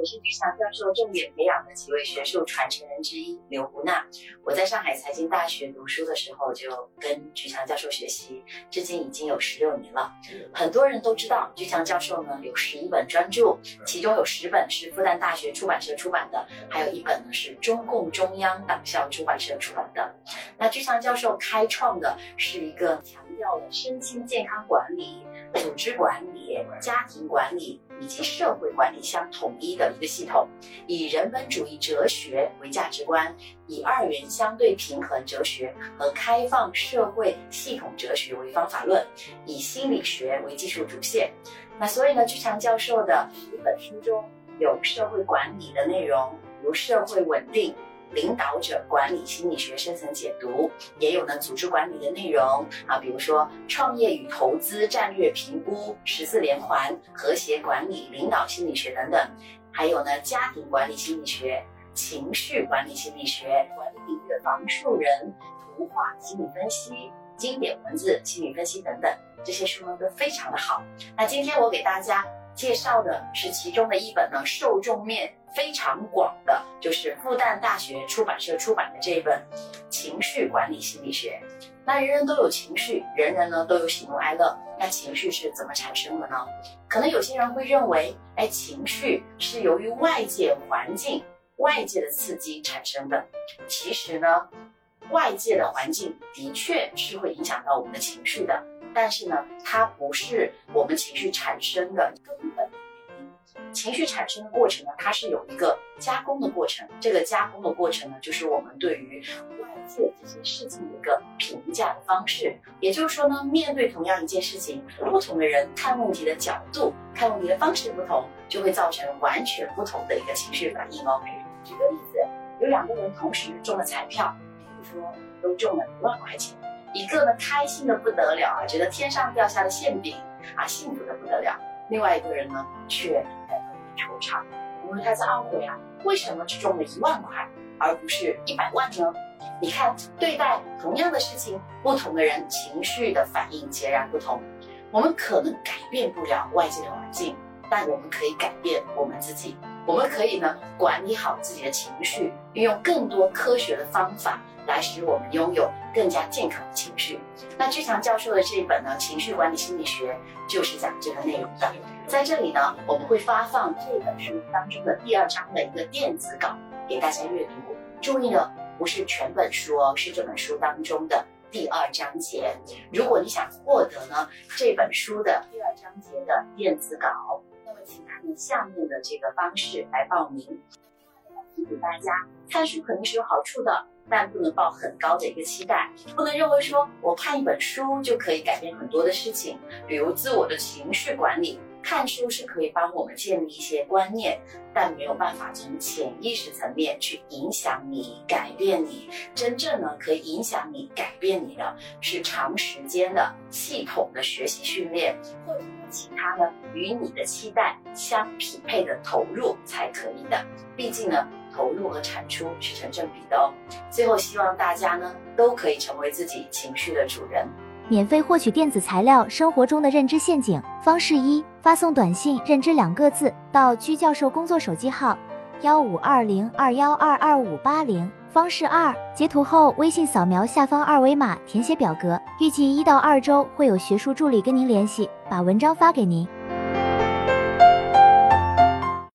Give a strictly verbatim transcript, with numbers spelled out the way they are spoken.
我是居强教授重点培养的几位学术传承人之一刘胡娜。我在上海财经大学读书的时候就跟居强教授学习，至今已经有十六年了。很多人都知道居强教授呢有十一本专著，其中有十本是复旦大学出版社出版的，还有一本呢是中共中央党校出版社出版的。那居强教授开创的是一个强调了身心健康管理、组织管理、家庭管理以及社会管理相统一的一个系统，以人本主义哲学为价值观，以二元相对平衡哲学和开放社会系统哲学为方法论，以心理学为技术主线。那所以呢，居强教授的一本书中有社会管理的内容，如社会稳定、领导者管理心理学深层解读，也有呢组织管理的内容啊，比如说创业与投资战略评估、十四连环、和谐管理、领导心理学等等，还有呢家庭管理心理学、情绪管理心理学、管理领域的房树人、图画心理分析、经典文字心理分析等等，这些书呢都非常的好。那今天我给大家介绍的是其中的一本呢，受众面非常广的，就是复旦大学出版社出版的这一本《情绪管理心理学》。那人人都有情绪，人人呢都有喜怒哀乐，那情绪是怎么产生的呢？可能有些人会认为，哎，情绪是由于外界环境、外界的刺激产生的。其实呢，外界的环境的确是会影响到我们的情绪的，但是呢，它不是我们情绪产生的根本原因。情绪产生的过程呢，它是有一个加工的过程。这个加工的过程呢，就是我们对于外界这些事情的一个评价的方式。也就是说呢，面对同样一件事情，不同的人看问题的角度、看问题的方式不同，就会造成完全不同的一个情绪反应哦。举个例子，有两个人同时中了彩票，比如说都中了一万块钱。一个呢开心的不得了啊，觉得天上掉下了馅饼啊，幸福的不得了。另外一个人呢却惆怅，因为他在懊悔啊，为什么只中了一万块而不是一百万呢？你看，对待同样的事情，不同的人情绪的反应截然不同。我们可能改变不了外界的环境，但我们可以改变我们自己。我们可以呢管理好自己的情绪，运用更多科学的方法来使我们拥有更加健康的情绪。那居强教授的这一本呢《情绪管理心理学》就是讲这个内容的。在这里呢，我们会发放这本书当中的第二章的一个电子稿给大家阅读。注意呢，不是全本书哦，是这本书当中的第二章节。如果你想获得呢这本书的第二章节的电子稿，那么请按照下面的这个方式来报名。提醒大家，看书肯定是有好处的，但不能抱很高的一个期待，不能认为说我看一本书就可以改变很多的事情，比如自我的情绪管理。看书是可以帮我们建立一些观念，但没有办法从潜意识层面去影响你、改变你。真正呢可以影响你、改变你的是长时间的系统的学习训练，或者其他呢与你的期待相匹配的投入才可以的。毕竟呢，投入和产出是成正比的哦。最后希望大家呢都可以成为自己情绪的主人。 免费获取电子材料《生活中的认知陷阱》。方式一：发送短信“认知”两个字到居教授工作手机号幺五二零二幺二二五八零。方式二：截图后微信扫描下方二维码填写表格，预计一到二周会有学术助理跟您联系，把文章发给您。